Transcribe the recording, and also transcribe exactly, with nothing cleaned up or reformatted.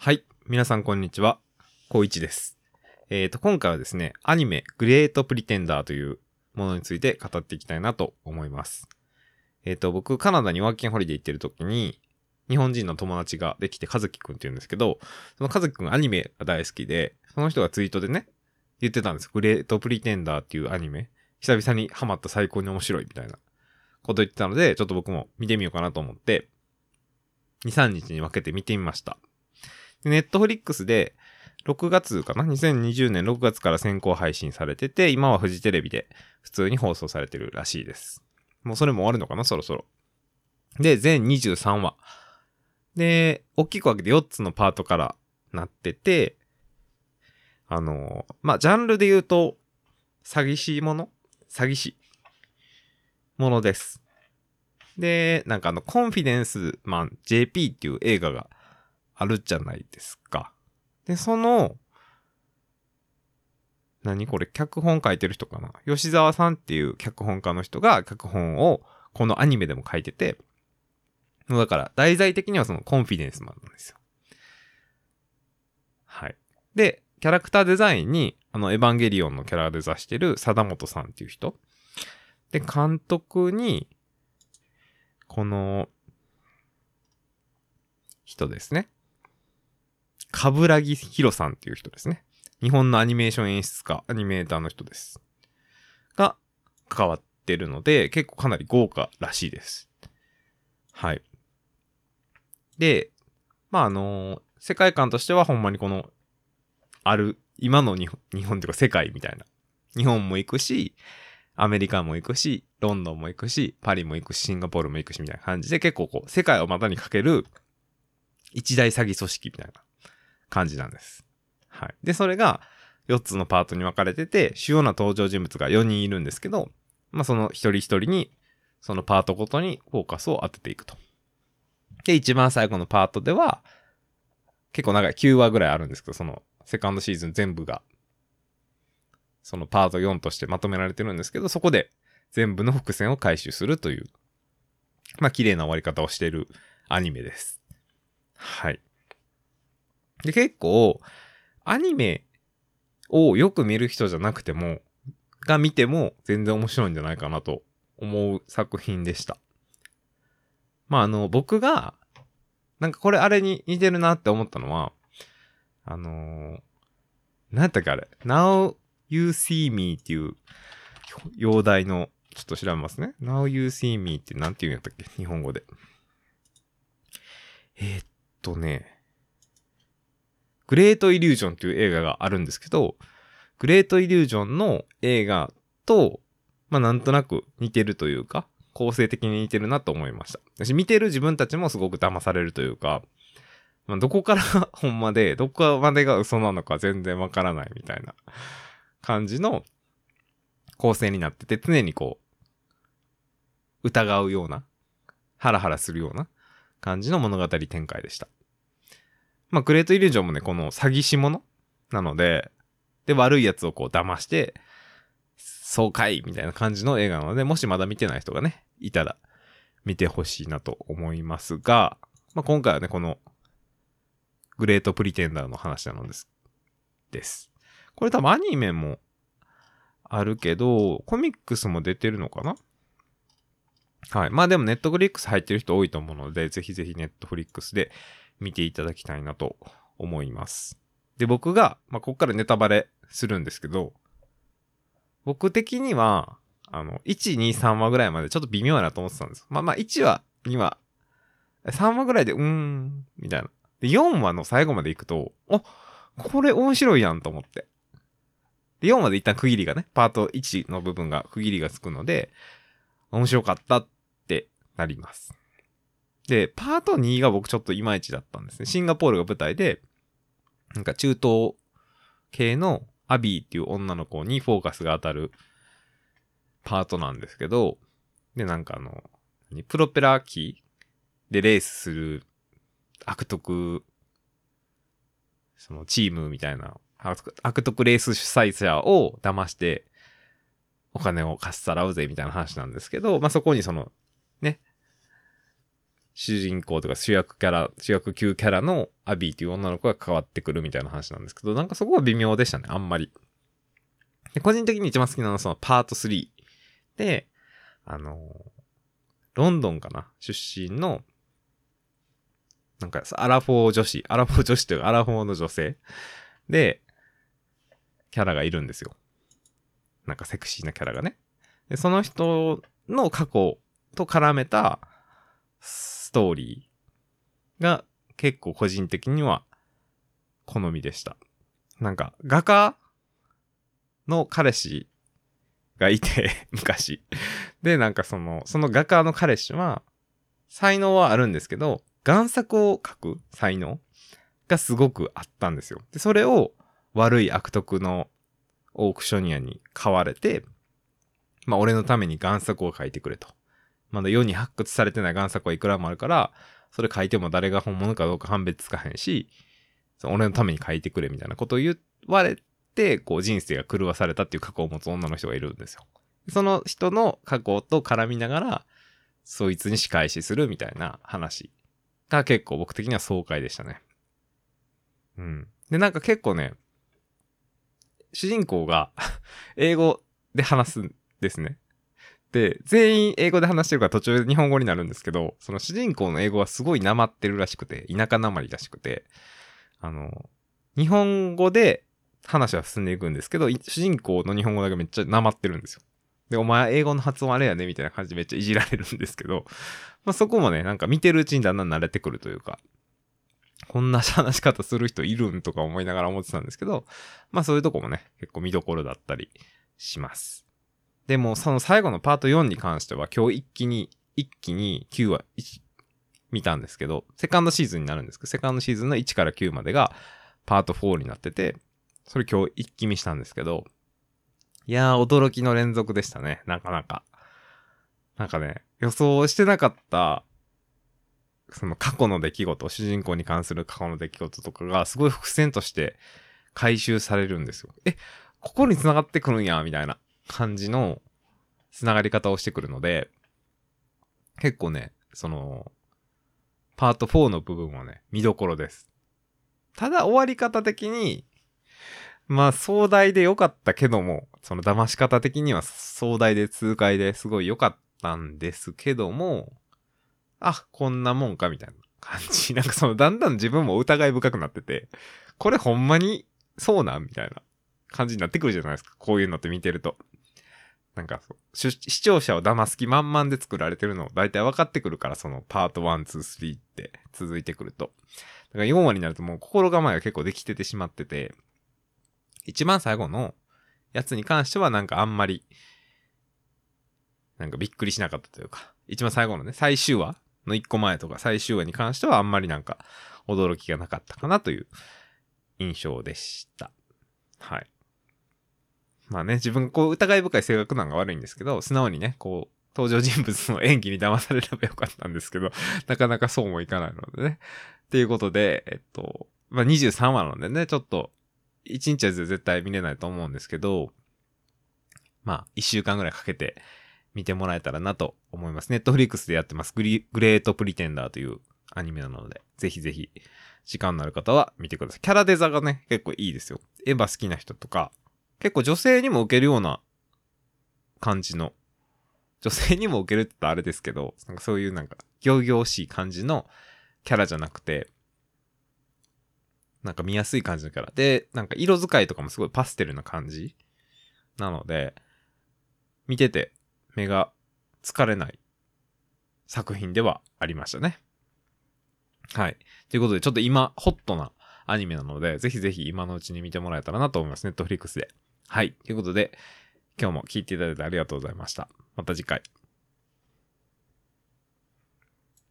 はい。皆さんこんにちは。こういちです。えっと、今回はですね、アニメ、グレートプリテンダーというものについて語っていきたいなと思います。えっと、僕、カナダにワーキングホリデー行ってる時に、日本人の友達ができて、和樹くんって言うんですけど、その和樹くんアニメが大好きで、その人がツイートでね、言ってたんです。グレートプリテンダーっていうアニメ、久々にハマった最高に面白いみたいなこと言ってたので、ちょっと僕も見てみようかなと思って、に、さんにちに分けて見てみました。ネットフリックスでろくがつかな ?にせんにじゅうねんろくがつから先行配信されてて、今はフジテレビで普通に放送されてるらしいです。もうそれも終わるのかなそろそろ。で、全にじゅうさんわ。で、大きく分けてよっつのパートからなってて、あの、まあ、ジャンルで言うと、詐欺師もの詐欺師ものです。で、なんかあの、コンフィデンスマン ジェーピー っていう映画があるじゃないですか。で、その、何これ、脚本書いてる人かな吉沢さんっていう脚本家の人が脚本をこのアニメでも書いてて、だから題材的にはそのコンフィデンスマンなんですよ。はい。で、キャラクターデザインに、あの、エヴァンゲリオンのキャラデザしてる貞本さんっていう人。で、監督に、この、人ですね。冠城宏さんっていう人ですね。日本のアニメーション演出家、アニメーターの人です。が、関わってるので、結構かなり豪華らしいです。はい。で、まあ、あのー、世界観としてはほんまにこの、ある、今の日本、日本っていうか世界みたいな。日本も行くし、アメリカも行くし、ロンドンも行くし、パリも行くし、シンガポールも行くし、みたいな感じで結構こう、世界を股にかける一大詐欺組織みたいな感じなんです。はい。で、それがよっつのパートに分かれてて、主要な登場人物がよにんいるんですけど、まあその一人一人に、そのパートごとにフォーカスを当てていくと。で、一番最後のパートでは、結構長いきゅうわぐらいあるんですけど、そのセカンドシーズン全部が、そのパートよんとしてまとめられてるんですけど、そこで全部の伏線を回収するという、まあ綺麗な終わり方をしているアニメです。はい。で、結構、アニメをよく見る人じゃなくても、が見ても全然面白いんじゃないかなと思う作品でした。まあ、あの、僕が、なんかこれあれに似てるなって思ったのは、あのー、なんやったっけあれ、Now You See Me っていう用題の、ちょっと調べますね。Now You See Me ってなんて言うんやったっけ日本語で。えー、っとね、グレートイリュージョンっていう映画があるんですけど、グレートイリュージョンの映画と、まあなんとなく似てるというか、構成的に似てるなと思いました。私見てる自分たちもすごく騙されるというか、まあ、どこからがほんまで、どこまでが嘘なのか全然わからないみたいな感じの構成になってて、常にこう、疑うような、ハラハラするような感じの物語展開でした。まあ、グレートイリュージョンもね、この詐欺師者なので、で、悪いやつをこう騙して、そうかいみたいな感じの映画なので、もしまだ見てない人がね、いたら見てほしいなと思いますが、まあ、今回はね、このグレートプリテンダーの話なのです。です。これ多分アニメもあるけど、コミックスも出てるのかな？はい。まあでもネットフリックス入ってる人多いと思うので、ぜひぜひネットフリックスで見ていただきたいなと思います。で、僕が、まあ、ここからネタバレするんですけど、僕的には、あの、いち、に、さんわぐらいまでちょっと微妙やなと思ってたんです。まあまあいちわ、にわ、さんわぐらいで、うーん、みたいな。で、よんわの最後まで行くと、あ、これ面白いやんと思って。で、よんわで一旦区切りがね、パートいちの部分が区切りがつくので、面白かったってなります。で、パートにが僕ちょっといまいちだったんですね。シンガポールが舞台で、なんか中東系のアビーっていう女の子にフォーカスが当たるパートなんですけど、で、なんかあの、プロペラ機でレースする悪徳、そのチームみたいな、悪徳レース主催者を騙して、お金を貸しさらうぜみたいな話なんですけど、まあ、そこにその、ね、 主人公とか主役キャラ、主役級キャラのアビーという女の子が変わってくるみたいな話なんですけど、なんかそこは微妙でしたね、あんまり。で個人的に一番好きなのはそのパートスリーで、あのー、ロンドンかな出身の、なんかアラフォー女子、アラフォー女子というかアラフォーの女性で、キャラがいるんですよ。なんかセクシーなキャラがね。で、その人の過去と絡めたストーリーが結構個人的には好みでした。なんか画家の彼氏がいて昔で、なんかそのその画家の彼氏は才能はあるんですけど、贋作を描く才能がすごくあったんですよ。でそれを悪い悪徳のオークショニアに買われて、まあ俺のために贋作を描いてくれと。まだ世に発掘されてない贋作はいくらもあるから、それ書いても誰が本物かどうか判別つかへんし、俺のために書いてくれみたいなことを言われて、こう人生が狂わされたっていう過去を持つ女の人がいるんですよ。その人の過去と絡みながら、そいつに仕返しするみたいな話が結構僕的には爽快でしたね。うん。で、なんか結構ね、主人公が英語で話すんですね。で、全員英語で話してるから途中で日本語になるんですけど、その主人公の英語はすごいなまってるらしくて、田舎なまりらしくて、あの、日本語で話は進んでいくんですけど、主人公の日本語だけめっちゃなまってるんですよ。で、お前英語の発音あれやねみたいな感じでめっちゃいじられるんですけど、まあ、そこもね、なんか見てるうちにだんだん慣れてくるというか、こんな話し方する人いるんとか思いながら思ってたんですけど、まあそういうとこもね、結構見どころだったりします。でもその最後のパートよんに関しては今日一気に、一気にきゅうわ見たんですけど、セカンドシーズンになるんですけど、セカンドシーズンのいちからきゅうまでがパートよんになってて、それ今日一気見したんですけど、いやー驚きの連続でしたね、なかなか。なんかね、予想してなかった、その過去の出来事、主人公に関する過去の出来事とかがすごい伏線として回収されるんですよ。え、ここに繋がってくるんや、みたいな感じの繋がり方をしてくるので、結構ね、その、パートよんの部分はね、見どころです。ただ終わり方的に、まあ壮大で良かったけども、その騙し方的には壮大で痛快ですごい良かったんですけども、あ、こんなもんかみたいな感じ。なんかそのだんだん自分も疑い深くなってて、これほんまにそうなんみたいな感じになってくるじゃないですか。こういうのって見てると。なんかそう視聴者を騙す気満々で作られてるの大体分かってくるから、そのパートいち、に、さんって続いてくると。だからよんわになるともう心構えが結構できててしまってて、一番最後のやつに関してはなんかあんまり、なんかびっくりしなかったというか、一番最後のね、最終話のいっこまえとか最終話に関してはあんまりなんか驚きがなかったかなという印象でした。はい。まあね、自分こう疑い深い性格なんが悪いんですけど、素直にね、こう、登場人物の演技に騙されればよかったんですけど、なかなかそうもいかないのでね。っていうことで、えっと、まあにじゅうさんわなのでね、ちょっと、いちにちは絶対見れないと思うんですけど、まあいっしゅうかんぐらいかけて見てもらえたらなと思います。ネットフリックスでやってます。グリグレートプリテンダーというアニメなので、ぜひぜひ時間のある方は見てください。キャラデザがね、結構いいですよ。エヴァ好きな人とか、結構女性にも受けるような感じの、女性にも受けるって言ったらあれですけど、なんかそういうなんか仰々しい感じのキャラじゃなくて、なんか見やすい感じのキャラで、なんか色使いとかもすごいパステルな感じなので、見てて目が疲れない作品ではありましたね。はい。ということで、ちょっと今ホットなアニメなので、ぜひぜひ今のうちに見てもらえたらなと思います。ネットフリックスで。はい。ということで、今日も聞いていただいてありがとうございました。また次回。